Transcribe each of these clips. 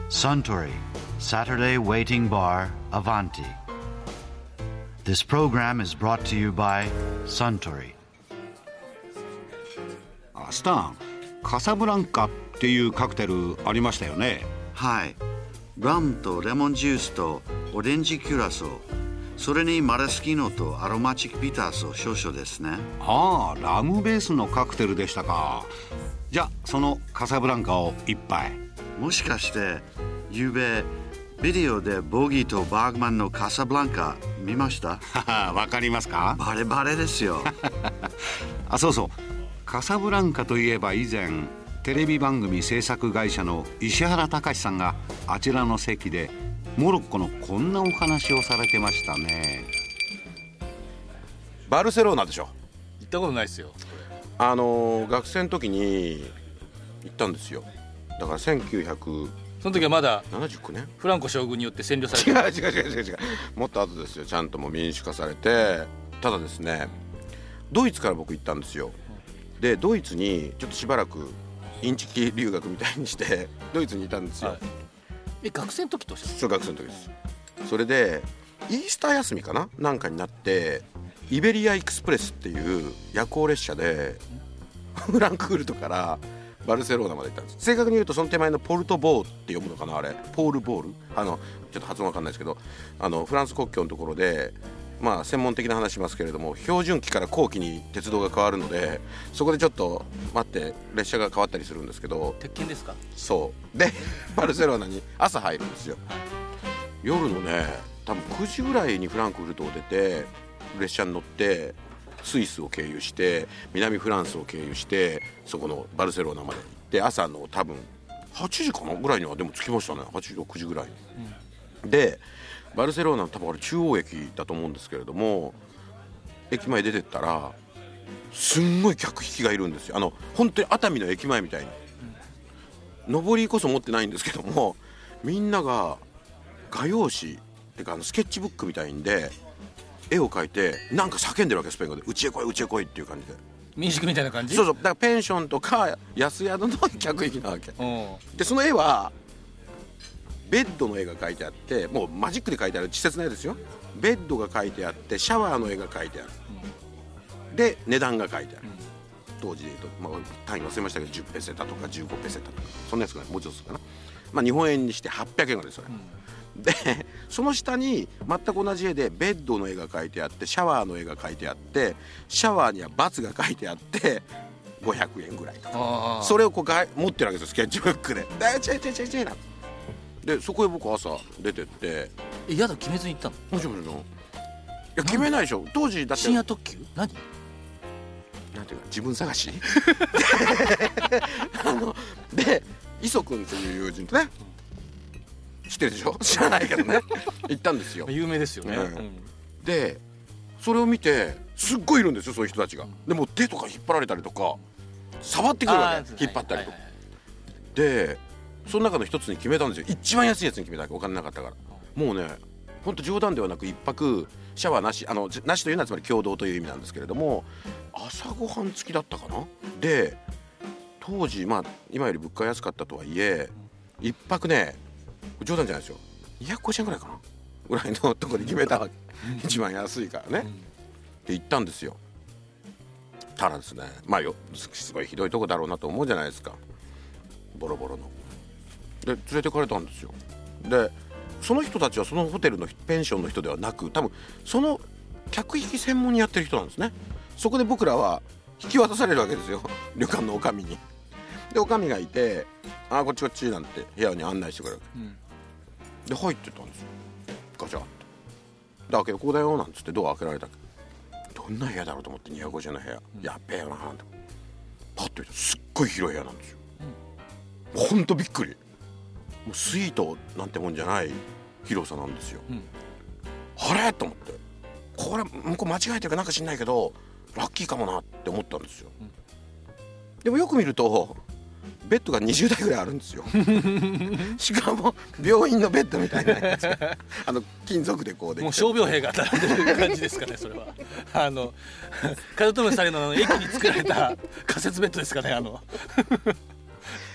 Suntory Saturday Waiting Bar Avanti. This program is brought to you by Suntory. スタン、カサブランカっていうカクテルありましたよね。 はい。ラムとレモンジュースとオレンジキュラソー、それにマラスキノとアロマチックビターソー少々ですね。 ああ、ラムベースのカクテルでしたか。じゃあそのカサブランカを一杯。 もしかして昨べビデオでボギーとバーグマンのカサブランカ見ました？ わかりますか？ バレバレですよ。 あ、そうそう、カサブランカといえば以前テレビ番組制作会社の石原隆さんがあちらの席でモロッコのこんなお話をされてましたね。 バルセロナでしょ。 行ったことないですよ。 学生の時に行ったんですよ。だから1979 その時はまだ年フランコ将軍によって占領されて違うもっと後ですよ。ちゃんともう民主化されて、ただですね、ドイツから僕行ったんですよ。でドイツにちょっとしばらくインチキ留学みたいにしてドイツにいたんですよ、はい、 学生の時として？ そう、学生の時です。それでイースター休みかななんかになってイベリアエクスプレスっていう夜行列車でフランクフルトからバルセロナまで行ったんです。正確に言うとその手前のポルトボーって読むのかな、あれポールボール、ちょっと発音わかんないですけど、フランス国境のところで、まあ専門的な話しますけれども、標準期から後期に鉄道が変わるので、そこでちょっと待って列車が変わったりするんですけど。 鉄拳ですか？ そうでバルセロナに朝入るんですよ。夜のね多分9時ぐらいにフランクフルトを出て列車に乗ってスイスを経由して南フランスを経由してそこのバルセロナまで行って、朝の多分8時かなぐらいにはでも着きましたね。8時6時ぐらいに、でバルセロナの多分あれ中央駅だと思うんですけれども、駅前出てったらすんごい客引きがいるんですよ。本当に熱海の駅前みたいに、上りこそ持ってないんですけども、みんなが画用紙ってかスケッチブックみたいんで絵を描いてなんか叫んでるわけ、スペイン語でうちへ来いうちへ来いっていう感じで、 民宿みたいな感じ。 そうそう、だからペンションとか安宿の客引きなわけで、その絵はベッドの絵が描いてあって、もうマジックで描いてある稚拙な絵ですよ。ベッドが描いてあってシャワーの絵が描いてある、で値段が書いてある、当時でいうと、単位忘れましたけど10ペセタとか15ペセタとかそんなやつがもうちょっとかな、日本円にして800円ぐらいそれ、でその下に全く同じ絵でベッドの絵が描いてあってシャワーの絵が描いてあってシャワーにはバツが書いてあって500円ぐらいとか、それをこう持ってるわけですよ、スケッチブックで。チェなでそこへ僕朝出てって、 やだ決めずに行ったの？ もちろんいや決めないでしょ当時。だって深夜特急なんていうか自分探しで磯君という友人とね、知ってるでしょ？知らないけどね行ったんですよ。 有名ですよね、 でそれを見てすっごいいるんですよ、そういう人たちが。でも手とか引っ張られたりとか触ってくるわけ、引っ張ったりとか、でその中の一つに決めたんですよ。一番安いやつに決めたわけ、お金なかったから。もうねほんと冗談ではなく一泊シャワーなし、なしというのはつまり共同という意味なんですけれども、朝ごはん付きだったかな。で当時今より物価安かったとはいえ一泊ね、冗談じゃないですよ、250円ぐらいかなぐらいのところに決めたわけ一番安いからね、で行ったんですよ。ただですね、すごいひどいとこだろうなと思うじゃないですか、ボロボロの。で連れてかれたんですよ。でその人たちはそのホテルのペンションの人ではなく、多分その客引き専門にやってる人なんですね。そこで僕らは引き渡されるわけですよ旅館の女将に。で女将がいて、こっちこっちなんて部屋に案内してくれるわけ、で入ってたんですよ、ガチャッと。で開けるここだよなんつってドア開けられたけど、どんな部屋だろうと思って250円の部屋、やっべえよななんてパッと見たらすっごい広い部屋なんですよ、ほんとびっくり。もうスイートなんてもんじゃない広さなんですよ、あれと思って、これ向こう間違えてるかなんか知んないけどラッキーかもなって思ったんですよ、でもよく見るとベッドが20台ぐらいあるんですよしかも病院のベッドみたいなやつ金属でこうできて、 もう傷病兵が並んでる感じですかねそれは。カルトムサレの駅に作られた仮設ベッドですかね。 あ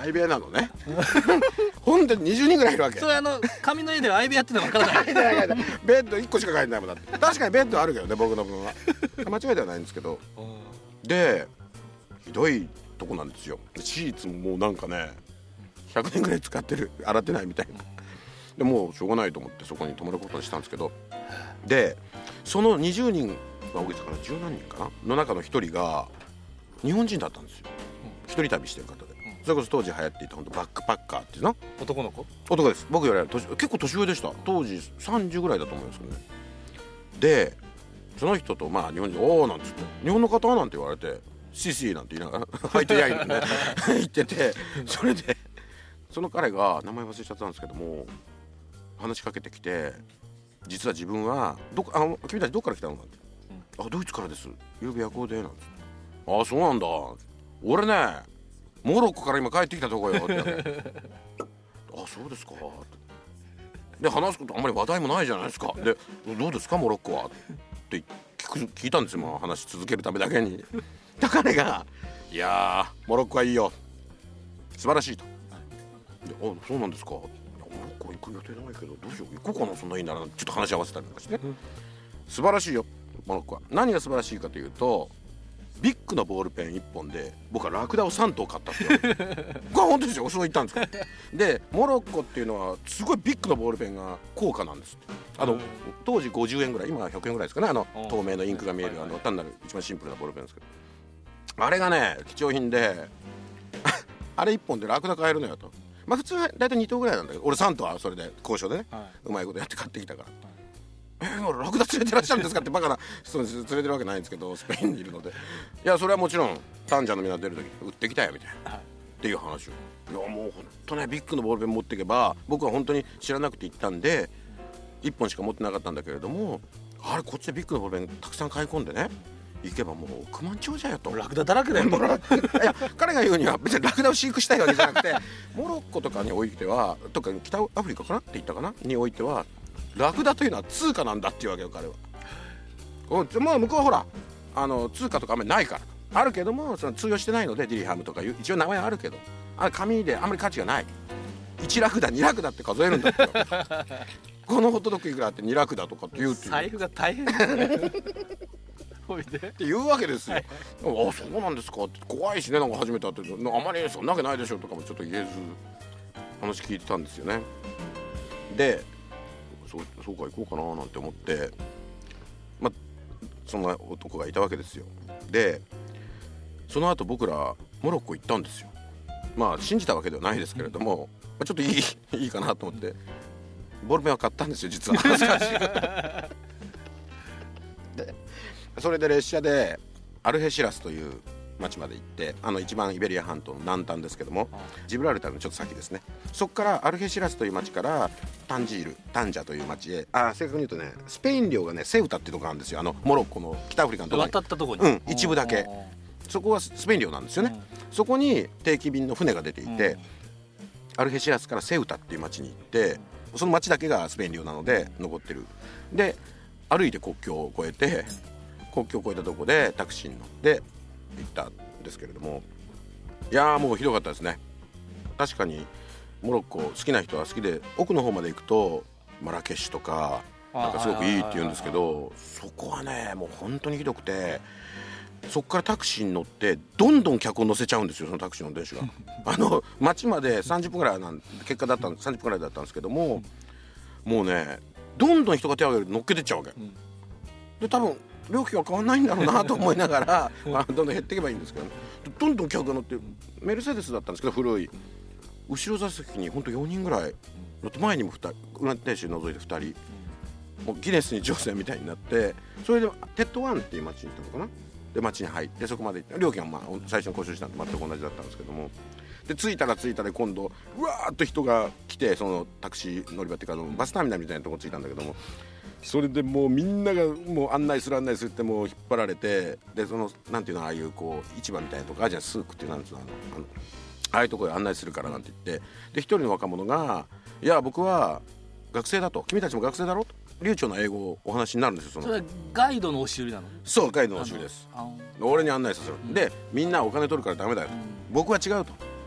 相部屋なのね本当に20人ぐらいいるわけ。 それ紙の家では相部屋ってのは分からないベッド1個しか書いてないもんだって。確かにベッドあるけどね僕の分は間違いではないんですけどでひどいとこなんですよ。シーツももうなんかね100年ぐらい使ってる洗ってないみたいなでもうしょうがないと思ってそこに泊まることにしたんですけどでその20人大げさかな10何人かなの中の1人が日本人だったんですよ。一人旅してる方でそれこそ当時流行っていた本当バックパッカーっていうの男の子男です。僕より結構年上でした。当時30ぐらいだと思いますけどね。でその人とまあ日本人おーなんつって日本の方なんて言われてシシーなんて言いながら入ってやいのね言っててそれでその彼が名前忘れちゃったんですけども話しかけてきて実は自分は君たちどっから来たのなんて、ドイツからです。ゆうべ夜行でなんつってそうなんだ俺ねモロッコから今帰ってきたとこよってそうですかで話すことあんまり話題もないじゃないですか。でどうですかモロッコはって聞いたんですよ。もう話し続けるためだけにで彼がいやモロッコはいいよ素晴らしいとでそうなんですか。モロッコ行く予定ないけどどうしよう行こうかなそんないいならちょっと話し合わせたりとかして素晴らしいよモロッコは。何が素晴らしいかというとビッグなボールペン1本で僕はラクダを3頭買ったって言われてこれ本当ですよ。そう言ったんですかでモロッコっていうのはすごいビッグなボールペンが高価なんです。当時50円ぐらい今は100円ぐらいですかね。透明のインクが見える単なる一番シンプルなボールペンですけどあれがね貴重品であれ1本でラクダ買えるのよと。まあ普通はだいたい2頭ぐらいなんだけど俺3頭はそれで交渉でね、うまいことやって買ってきたからラクダ連れてらっしゃるんですかってバカな人連れてるわけないんですけどスペインにいるのでいやそれはもちろんタンジャの皆出る時売ってきたよみたいな、っていう話をいやもうほんとねビッグのボールペン持っていけば僕は本当に知らなくて行ったんで1本しか持ってなかったんだけれどもあれこっちでビッグのボールペンたくさん買い込んでね行けばもう億万長者やとラクダだらけだよいや彼が言うには別にラクダを飼育したいわけじゃなくてモロッコとかにおいてはとか北アフリカかなって言ったかなにおいてはラクダというのは通貨なんだっていうわけよ彼は。まあ向こうはほら通貨とかあんまりないからあるけどもその通用してないのでディリハムとかいう一応名前あるけど紙であんまり価値がない1ラクダ2ラクダって数えるんだってこのホットドッグいくらって2ラクダとかって言うっていう財布が大変ですねって言うわけですよそうなんですかって怖いしねなんか初めて会ってあんまりそんなわけないでしょとかもちょっと言えず話聞いてたんですよね。でそうか行こうかななんて思ってそんな男がいたわけですよ。でその後僕らモロッコ行ったんですよ。まあ信じたわけではないですけれども、ちょっといいかなと思ってボールペンは買ったんですよ実は恥ずかしいでそれで列車でアルヘシラスという町まで行って一番イベリア半島の南端ですけどもジブラルタルのちょっと先ですね。そこからアルヘシラスという町からタンジャという町へ正確に言うとねスペイン領がねセウタっていうところがあるんですよ。モロッコの北アフリカのところに渡ったところに、 一部だけそこはスペイン領なんですよね。そこに定期便の船が出ていてアルヘシラスからセウタっていう町に行ってその町だけがスペイン領なので残ってる。で歩いて国境を越えて国境を越えたとこでタクシーに乗って行ったんですけれどもいやーもうひどかったですね。確かにモロッコ好きな人は好きで奥の方まで行くとマラケシュとかなんかすごくいいって言うんですけどそこはねもう本当にひどくてそこからタクシーに乗ってどんどん客を乗せちゃうんですよそのタクシーの運転手が町まで30分ぐらい結果だった30分ぐらいだったんですけどももうねどんどん人が手を挙げると乗っけてっちゃうわけ、で多分料金は変わんないんだろうなと思いながらどんどん減っていけばいいんですけど、ね、どんどん客が乗ってメルセデスだったんですけど古い後ろ座席にほんと4人ぐらい乗って前にも2人運転手除いて2人もうギネスに乗船みたいになってそれでテッドワンっていう街に行ったのかなで街に入ってそこまで行って料金は最初に交渉したんで全く同じだったんですけどもで着いたらで今度うわーっと人が来てそのタクシー乗り場っていうかバスターミナルみたいなとこ着いたんだけどもそれでもうみんながもう案内するってもう引っ張られてでそのなんていうのああいうこう市場みたいなとこあるじゃんスークっていうなんですのああいうところで案内するからなんて言ってで一人の若者がいや僕は学生だと君たちも学生だろと流暢な英語をお話になるんですよそれはガイドの押し売りなの？ そうガイドの押し売りです俺に案内させる、でみんなお金取るからダメだよと、僕は違うと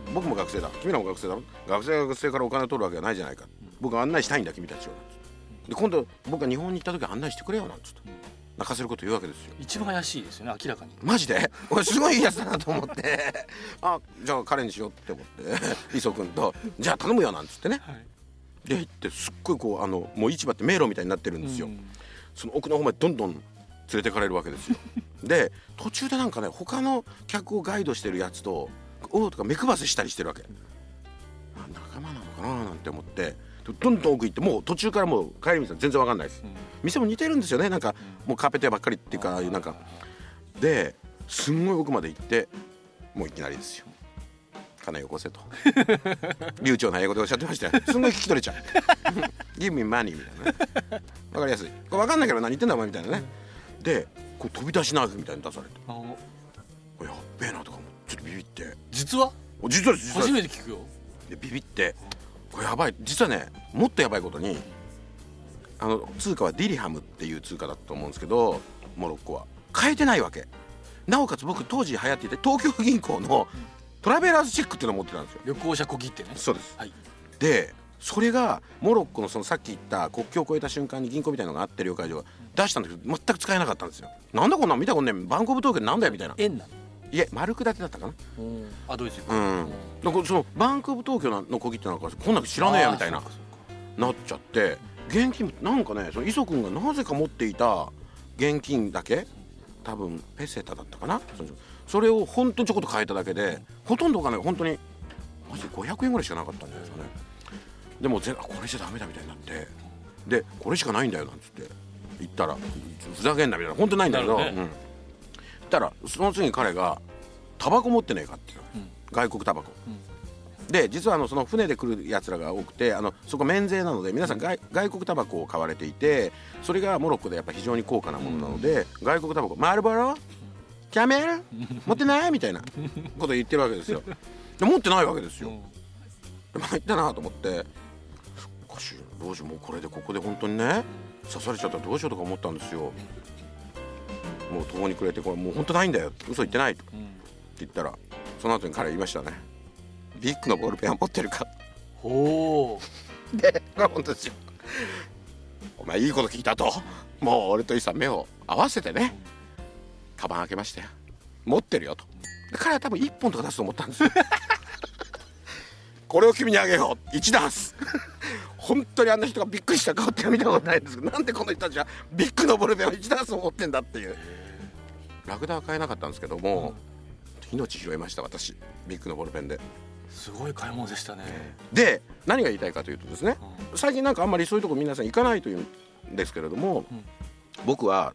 僕も学生だ、君らも学生だろ、学生からお金を取るわけはないじゃないか、僕は案内したいんだ君たちを、で今度僕が日本に行った時は案内してくれよなんつって泣かせること言うわけですよ。 一番怪しいですよね、明らかに。 マジで俺すごいいいやつだなと思ってあ、じゃあ彼にしようって思って磯君とじゃあ頼むよなんつってね、はい、で行ってすっごいこうもう市場って迷路みたいになってるんですよ、その奥の方までどんどん連れてかれるわけですよで途中でなんかね他の客をガイドしてるやつとおーとか目配せしたりしてるわけ、仲間なのかななんて思ってどんどん奥行って、もう途中からもう帰り道は全然わかんないです、店も似てるんですよね、なんかもうカーペット屋ばっかりっていうか、なんかですんごい奥まで行って、もういきなりですよ、金よこせと流暢な英語でおっしゃってましたよ。すんごい聞き取れちゃうGive me money みたいなね、わかりやすい、これわかんないけど何言ってんだお前みたいなね、でこう飛び出しナイフみたいに出されて、これやっべえなとかもちょっとビビって、 実はです初めて聞くよ。 でビビってこれやばい、実はねもっとやばいことに通貨はディリハムっていう通貨だと思うんですけど、モロッコは変えてないわけ。なおかつ僕当時流行っていて東京銀行のトラベラーズチェックっていうのを持ってたんですよ。 旅行者小切手ね。 そうです、 はい、 でそれがモロッコのそのさっき言った国境を越えた瞬間に銀行みたいなのがあって領海上出したんだけど全く使えなかったんですよ。なんだこんなん見たことねえ、バンコブ東京なんだよみたいな。 円なの？ いえ丸く立てだったかな。 あ、ドイツ。 だからそのバンコブ東京の小切手なんかこんなの知らねえやみたいななっちゃって、現金なんかね、その磯君がなぜか持っていた現金だけ、多分ペセタだったかな、それを本当にちょこっと変えただけで、ほとんどお金本当にマジで500円ぐらいしかなかったんじゃないですかね。でもこれじゃダメだみたいになって、でこれしかないんだよなんつって言ったら、ふざけんなみたいな、本当にないんだけど、言ったらその次に彼がタバコ持ってねえかっていう、外国タバコ、で実はその船で来るやつらが多くて、そこ免税なので皆さん外国タバコを買われていて、それがモロッコでやっぱ非常に高価なものなので、外国タバコマルボロキャメル持ってないみたいなこと言ってるわけですよ。で持ってないわけですよ。で参ったなと思って、おかしい、どうしよう、もうこれでここで本当にね刺されちゃったらどうしようとか思ったんですよ。もう途方に暮れて、これもう本当ないんだよ、嘘言ってないと、って言ったら、その後に彼言いましたね、ビッグのボールペンは持ってるか。 ほうで、本当ですよ。お前いいこと聞いたと、もう俺とイさん目を合わせてね、カバン開けましたよ、持ってるよと。で彼は多分1本とか出すと思ったんですよこれを君にあげよう、1ダンス本当にあんな人がびっくりした顔って見たことないんですけど、なんでこの人たちはビッグのボールペンを1ダンスを持ってんだっていう。ラクダは買えなかったんですけども、命拾いました私、ビッグのボールペンで。 すごい買い物でしたね。で何が言いたいかというとですね、最近なんかあんまりそういうとこ皆さん行かないというんですけれども、僕は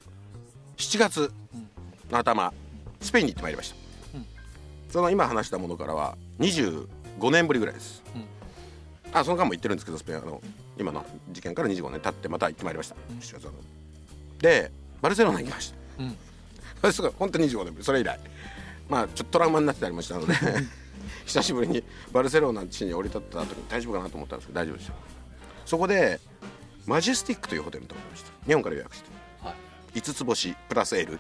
7月の頭スペインに行ってまいりました。その今話したものからは25年ぶりぐらいです。その間も行ってるんですけど、スペイン今の事件から25年経ってまた行ってまいりました。7月でバルセロナに行きました。すごい本当に25年ぶり、それ以来ちょっとトラウマになってありましたので久しぶりにバルセロナの地に降り立った後に大丈夫かなと思ったんですけど大丈夫でした。そこでマジェスティックというホテルに泊まりました。日本から予約して、5つ星プラス L、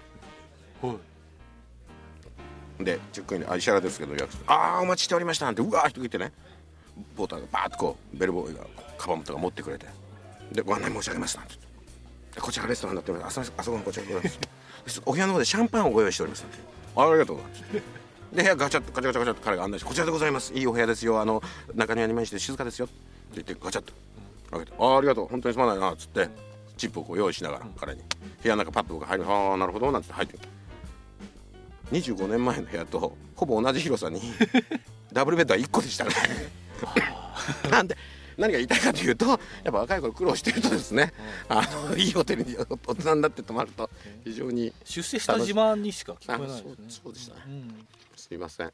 でチェックインで石原ですけど予約して、お待ちしておりましたなんてうわー人がいてね、ポーターがバーッとこうベルボーイがカバンとか持ってくれて、でご案内申し上げますなんて、こちらレストランになっております、あそこのこちらでございますお部屋の方でシャンパンをご用意しておりますなんて、ありがとうございますで部屋ガチャッとガチャガチャガチャッと彼が案内して、こちらでございます、いいお部屋ですよ、中庭に面して静かですよって言ってガチャッと開けて、ありがとう本当にすまないなっつってチップをこう用意しながら彼に部屋の中パッと僕入る、なるほどなんて入って25年前の部屋とほぼ同じ広さにダブルベッドは1個でしたねなんで何が言いたいかというと、やっぱ若い頃苦労してるとですね、いいホテルに大人になって泊まると非常に出世した自慢にしか聞こえないですね。 そうでしたね、すいません。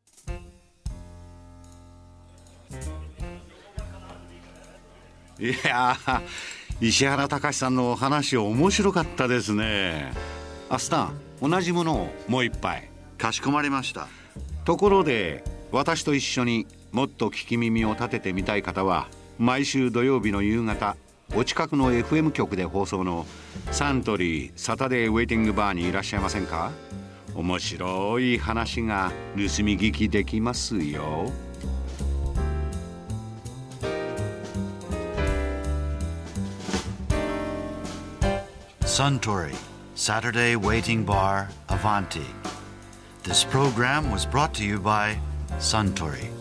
いや石原隆さんのお話面白かったですね。アスタン、同じものをもう一杯。 かしこまりました。 ところで私と一緒にもっと聞き耳を立ててみたい方は、毎週土曜日の夕方お近くの FM 局で放送のサントリーサタデーウェイティングバーにいらっしゃいませんか。面白い話が盗み聞きできますよ。 Suntory Saturday Waiting Bar Avanti. This program was brought to you by Suntory.